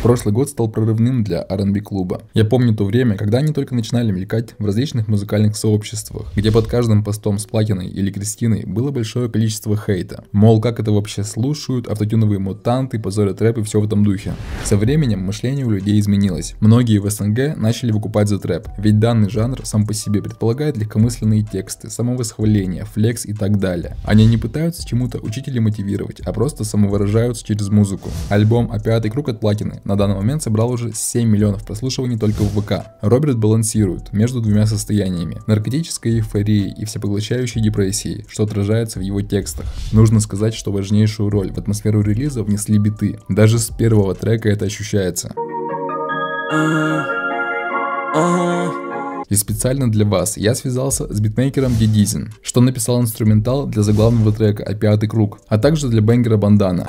Прошлый год стал прорывным для R&B клуба. Я помню то время, когда они только начинали мелькать в различных музыкальных сообществах, где под каждым постом с Платиной или Кристиной было большое количество хейта. Мол, как это вообще слушают, автотюновые мутанты, позорят рэп и все в этом духе. Со временем мышление у людей изменилось. Многие в СНГ начали выкупать за трэп, ведь данный жанр сам по себе предполагает легкомысленные тексты, самовосхваление, флекс и так далее. Они не пытаются чему-то учить или мотивировать, а просто самовыражаются через музыку. Альбом «А пятый круг» от Платины на данный момент собрал уже 7 миллионов прослушиваний только в ВК. Роберт балансирует между двумя состояниями – наркотической эйфорией и всепоглощающей депрессией, что отражается в его текстах. Нужно сказать, что важнейшую роль в атмосферу релиза внесли биты. Даже с первого трека это ощущается. И специально для вас я связался с битмейкером Дидизин, что написал инструментал для заглавного трека «А пятый круг», а также для бэнгера «Бандана».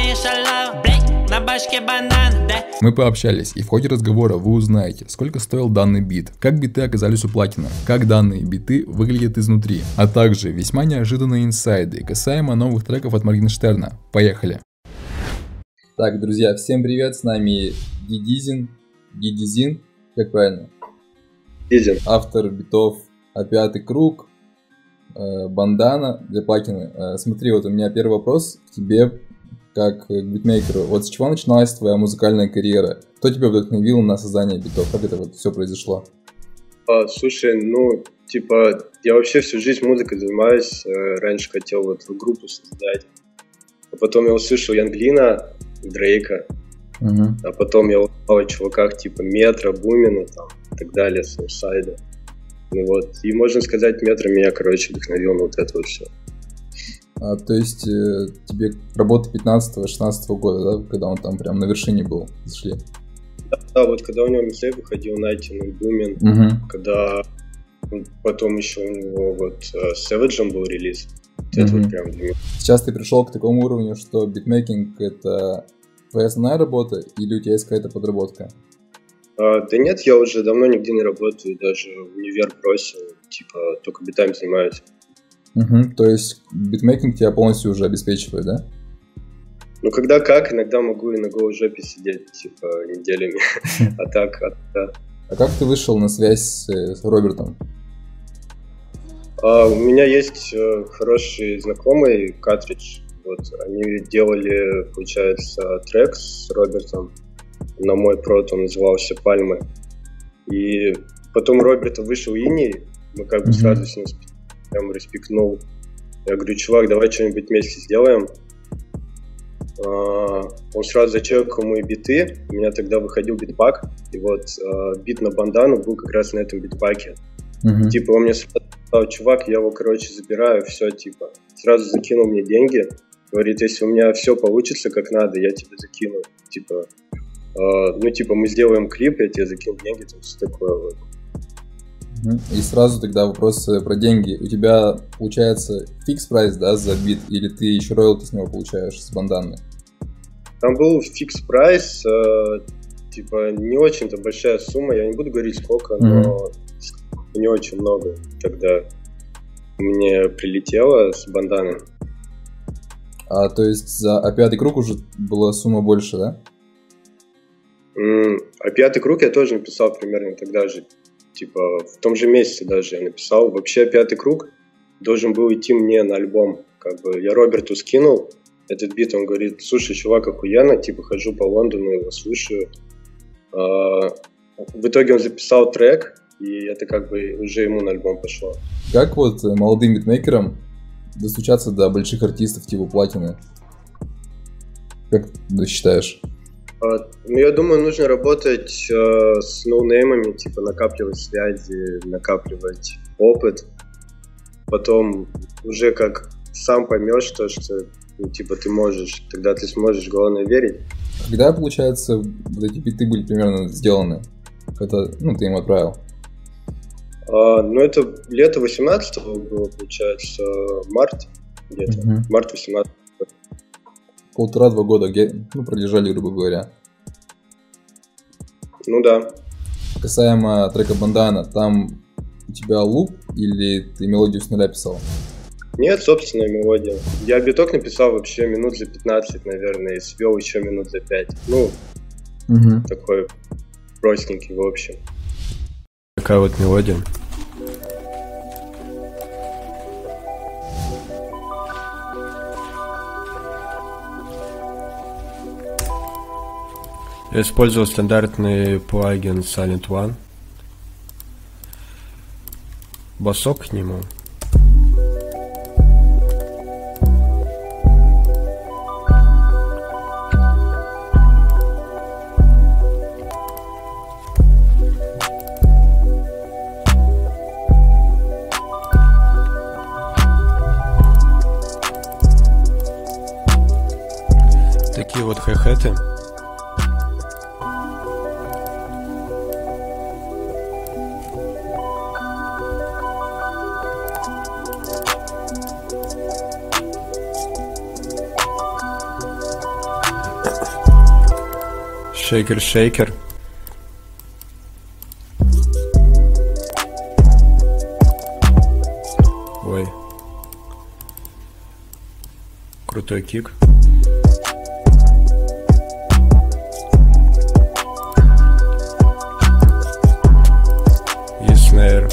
Мы пообщались, и в ходе разговора вы узнаете, сколько стоил данный бит, как биты оказались у Платина, как данные биты выглядят изнутри, а также весьма неожиданные инсайды касаемо новых треков от Моргенштерна. Поехали! Так, друзья, всем привет, с нами Дидизин, как правильно? Дидизин. Автор битов «А пятый круг», «Бандана» для Платины. Смотри, вот у меня первый вопрос к тебе, как к битмейкеру. Вот с чего начиналась твоя музыкальная карьера? Кто тебя вдохновил на создание битов? Как это вот все произошло? Слушай, я вообще всю жизнь музыкой занимаюсь. Раньше хотел вот группу создать. А потом я услышал Янглина, Дрейка. А потом я узнал о чуваках типа Метро, Бумина там, и так далее, Саусайда. И можно сказать, Метро меня, вдохновил на вот это вот все. То есть тебе работа 15-16 года, да, когда он там прям на вершине был, зашли? Да, вот когда у него миксейп выходил Найтин, Бумин, когда потом еще у него вот с Savage был релиз. Это вот прям для меня. Сейчас ты пришел к такому уровню, что битмейкинг — это твоя основная работа или у тебя есть какая-то подработка? Да нет, я уже давно нигде не работаю, даже универ бросил, только битами занимаюсь. То есть битмейкинг тебя полностью уже обеспечивает, да? Когда как, иногда могу и на голой жопе сидеть, неделями. А так, да. А как ты вышел на связь с Робертом? У меня есть хороший знакомый, Картридж. Вот, они делали, получается, трек с Робертом на мой прод, он назывался «Пальмы». И потом Роберта вышел Иней, мы сразу с ним прям респектнул. Я говорю, чувак, давай что-нибудь вместе сделаем. Он сразу зачекал мои биты. У меня тогда выходил битпак. И вот бит на Бандану был как раз на этом битпаке. Он мне сказал, чувак, я его, забираю, все, Сразу закинул мне деньги. Говорит, если у меня все получится как надо, я тебе закину. Мы сделаем клип, я тебе закину деньги, все такое вот. И сразу тогда вопрос про деньги. У тебя получается фикс прайс, да, за бит, или ты еще роялти с него получаешь с Банданы? Там был фикс прайс, не очень-то большая сумма, я не буду говорить сколько, но не очень много тогда мне прилетело с Банданы. То есть за «А пятый круг» уже была сумма больше, да? «А пятый круг» я тоже написал примерно тогда же. В том же месяце даже я написал. Вообще «Пятый круг» должен был идти мне на альбом. Я Роберту скинул этот бит, он говорит, слушай, чувак, охуенно, хожу по Лондону, его слушаю. В итоге он записал трек, и это уже ему на альбом пошло. Как вот молодым битмейкерам достучаться до больших артистов типа Платины? Как ты считаешь? Я думаю, нужно работать с ноунеймами, накапливать связи, накапливать опыт. Потом уже как сам поймешь, что ты можешь, тогда ты сможешь, главное, верить. Когда, получается, вот эти биты были примерно сделаны? Когда, ты им отправил? Это лето 18-го было, получается, март где-то, март 18-го. 1,5-2 года, пролежали, грубо говоря. Да. Касаемо трека Бандана, там у тебя луп или ты мелодию с нуля писал? Нет, собственная мелодия. Я биток написал вообще минут за 15, наверное, и свел еще минут за 5. Такой простенький, в общем. Такая вот мелодия. Я использовал стандартный плагин Silent One. Басок к нему. Такие вот хай-хэты. Шейкер-шейкер. Ой. Крутой кик. И снейр.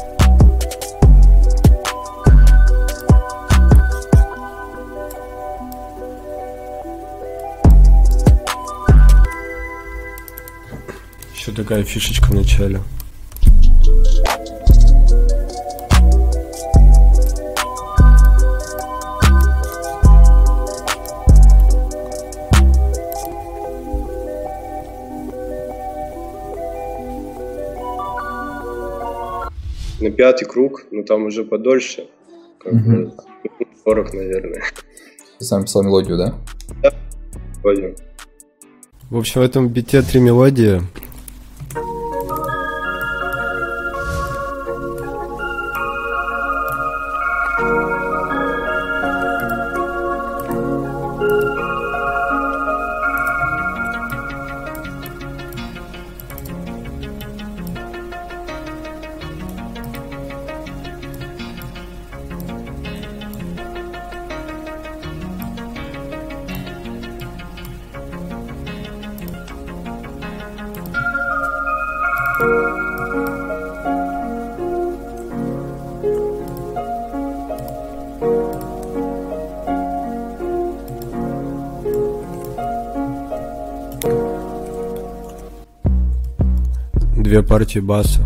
Еще такая фишечка в начале. На 5-й круг, но там уже подольше. Как бы 40, наверное. Ты сам писал мелодию, да? Да, пойдем. В общем, в этом бите 3 мелодии. Две партии баса.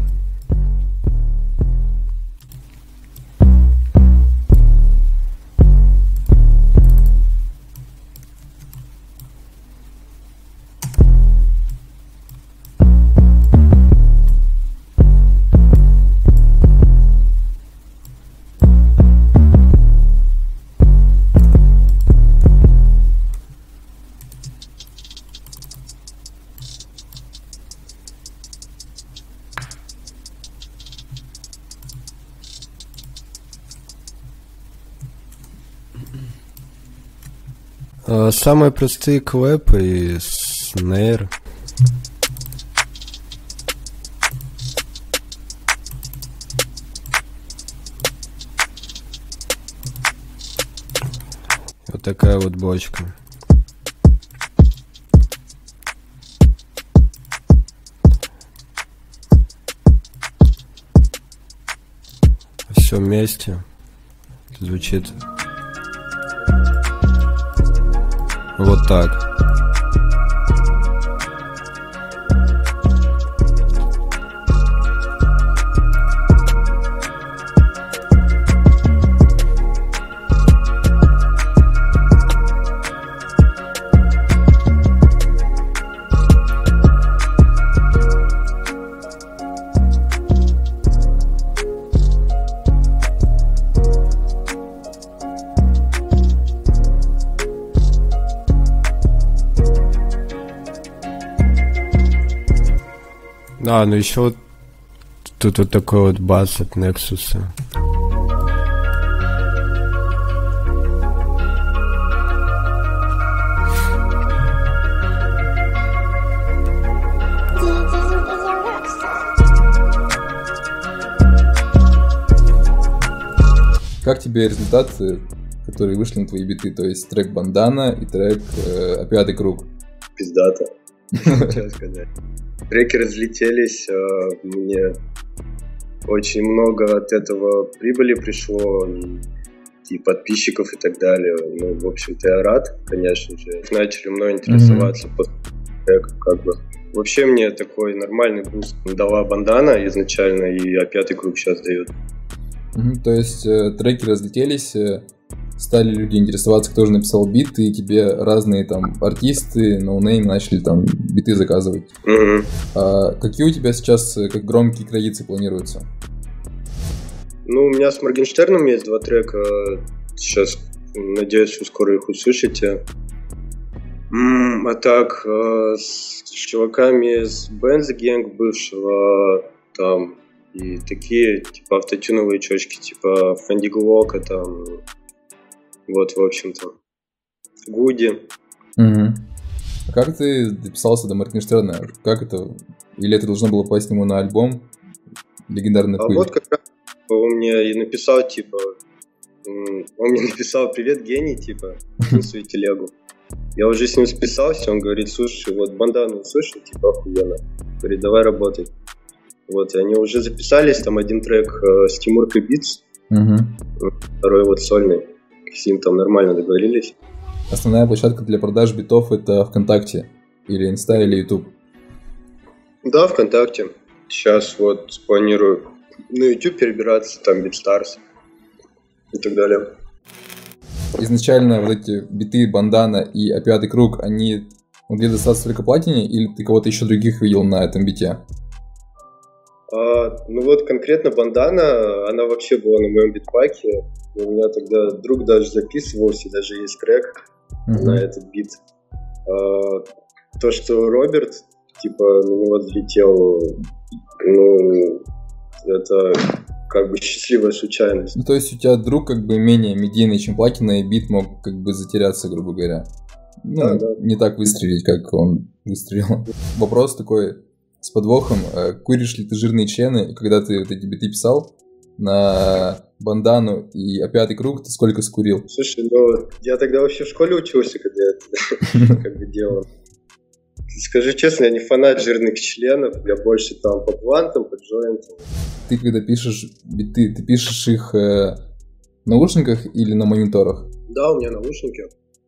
Самые простые клэпы и снейр. Вот такая вот бочка. Все вместе звучит вот так. Да, ну еще вот тут вот такой вот бас от Nexus. Как тебе результаты, которые вышли на твои биты? То есть трек «Бандана» и трек «Пятый круг». Пиздато. Что сказать. Треки разлетелись, мне очень много от этого прибыли пришло, и подписчиков и так далее. Ну, в общем-то, я рад, конечно же. Начали мной интересоваться после трека, как бы. Вообще мне такой нормальный буст дала бандана изначально, и А5 круг сейчас дает. То есть треки разлетелись, стали люди интересоваться, кто же написал бит, и тебе разные там артисты, ноунейм начали там биты заказывать. А какие у тебя сейчас как громкие кредиты планируются? Ну, у меня с Моргенштерном есть 2 трека. Сейчас, надеюсь, вы скоро их услышите. А так, с чуваками из Benz Gang бывшего, там, и такие, типа, автотюновые чёчки, типа, Фандиглока, там, вот, в общем-то, Гуди. А как ты дописался до Моргенштерна? Как это? Или это должно было попасть к нему на альбом? Легендарный пыль? Вот как раз он мне и написал, типа, он мне написал: «Привет, гений», типа, в свою телегу. Я уже с ним списался, он говорит: слушай, вот бандану услышал, типа, охуенно. Говорит, давай работай. Вот, и они уже записались, там один трек с Тимуркой Битс, второй вот сольный. С ним там нормально договорились. Основная площадка для продаж битов — это ВКонтакте, или Инста, или Ютуб? Да, ВКонтакте. Сейчас вот планирую на YouTube перебираться, там BeatStars и так далее. Изначально вот эти биты Бандана и А5 круг, они могли достаться только платине, или ты кого-то еще других видел на этом бите? Ну вот конкретно Бандана, она вообще была на моем битпаке. У меня тогда друг даже записывался, даже есть трек на этот бит. То, что Роберт, типа, на него взлетел, ну, это как бы счастливая случайность. Ну, то есть у тебя друг как бы менее медийный, чем платина, и бит мог как бы затеряться, грубо говоря. Ну, да. Не так выстрелить, как он выстрелил. Вопрос такой с подвохом. Куришь ли ты жирные члены? И когда ты вот эти биты писал на Бандану и А5 круг, ты сколько скурил? Слушай, ну, я тогда вообще в школе учился, когда я это как бы делал. Скажу честно, я не фанат жирных членов, я больше там по блантам, по джойнтам. Ты когда пишешь биты, ты пишешь их в наушниках или на мониторах? Да, у меня наушники.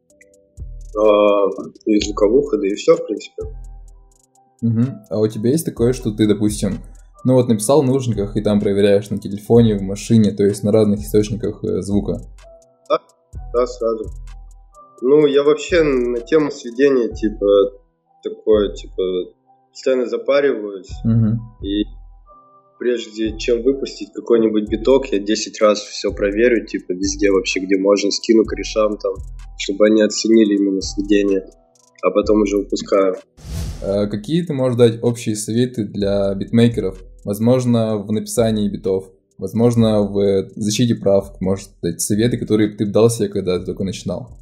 И звуковуха, да и все, в принципе. А у тебя есть такое, что ты, допустим, ну вот написал в наушниках, и там проверяешь на телефоне, в машине, то есть на разных источниках звука? Да, сразу. Ну, я вообще на тему сведения, типа, такое, типа, постоянно запариваюсь, и прежде чем выпустить какой-нибудь биток, я 10 раз все проверю, типа, везде вообще, где можно, скину корешам там, чтобы они оценили именно сведение, а потом уже выпускаю. Какие ты можешь дать общие советы для битмейкеров? Возможно, в написании битов, возможно, в защите прав, может дать советы, которые ты бы дал себе, когда ты только начинал?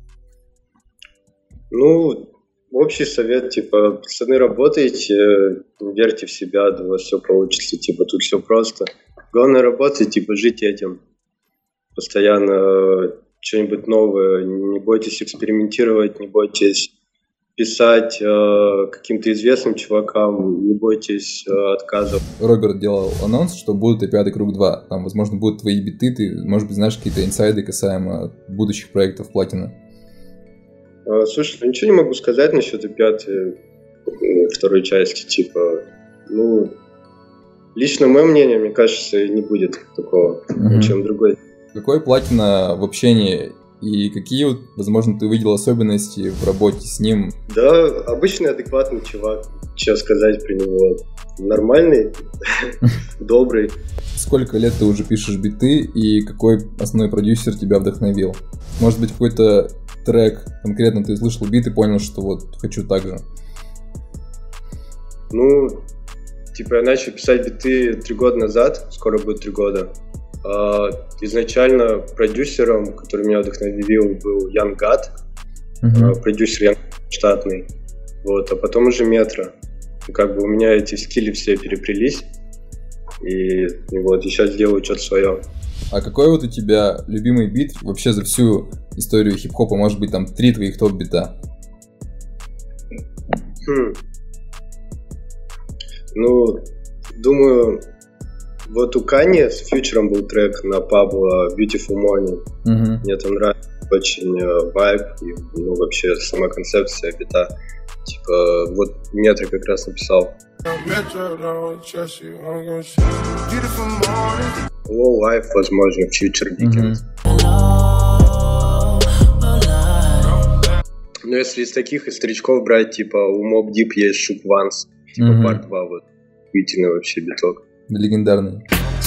Ну, общий совет, типа, пацаны, работайте, верьте в себя, да у вас все получится, типа, тут все просто. Главное работать, типа, жить этим. Постоянно что-нибудь новое, не бойтесь экспериментировать, не бойтесь писать каким-то известным чувакам, не бойтесь отказов. Роберт делал анонс, что будут А5 круг 2, там, возможно, будут твои биты, ты, может быть, знаешь какие-то инсайды касаемо будущих проектов Платина? Слушай, ну ничего не могу сказать насчет А5 второй части, типа, ну, лично мое мнение, мне кажется, не будет такого, чем другой. Какой Платина в общении и какие, возможно, ты увидел особенности в работе с ним? Да, обычный адекватный чувак, что сказать про него, нормальный, добрый. Сколько лет ты уже пишешь биты и какой основной продюсер тебя вдохновил? Может быть, какой-то трек, конкретно ты услышал бит и понял, что вот хочу так же? Ну, типа я начал писать биты 3 года назад, скоро будет 3 года. Изначально продюсером, который меня вдохновил, был Young God, продюсер штатный, вот, а потом уже Метро. Как бы у меня эти скилли все переплелись, и вот, и сейчас делаю что-то свое. А какой вот у тебя любимый бит вообще за всю историю хип-хопа? Может быть, там 3 твоих топ-бита? Ну, думаю, вот у Kanye с Фьючером был трек на Pablo Beautiful Morning. Мне там нравится очень вайб и, ну, вообще сама концепция бита. Типа, вот мне ты как раз написал. Low Life, возможно, Future Weekend. Но если из таких, из старичков брать, типа, у Mobb Deep есть Shook Ones, типа, Part 2, вот, удивительный вообще биток. Легендарный.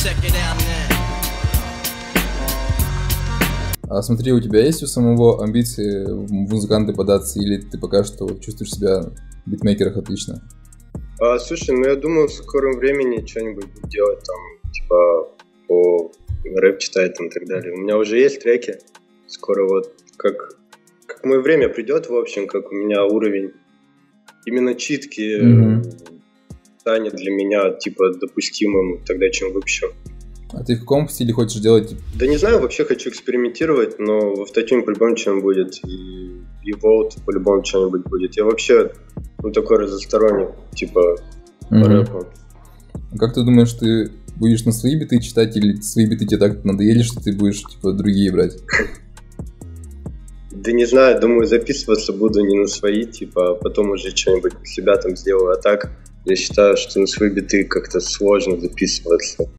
А смотри, у тебя есть у самого амбиции в музыканты податься, или ты пока что чувствуешь себя в битмейкерах отлично? Слушай, ну я думаю, в скором времени что-нибудь буду делать там, типа, по рэп читать там и так далее. У меня уже есть треки, скоро вот, как мое время придет, в общем, как у меня уровень именно читки станет для меня, типа, допустимым тогда, чем выпущу. А ты в каком стиле хочешь делать? Да не знаю, вообще хочу экспериментировать, но в автотюне по-любому что-нибудь будет, и Волт по-любому что-нибудь будет. Я вообще, ну, такой разносторонний, типа, по рэпу. А как ты думаешь, ты будешь на свои биты читать, или свои биты тебе так надоели, что ты будешь, типа, другие брать? Да не знаю, думаю, записываться буду не на свои, типа, а потом уже что-нибудь для себя там сделаю. А так, я считаю, что на свои биты как-то сложно записываться.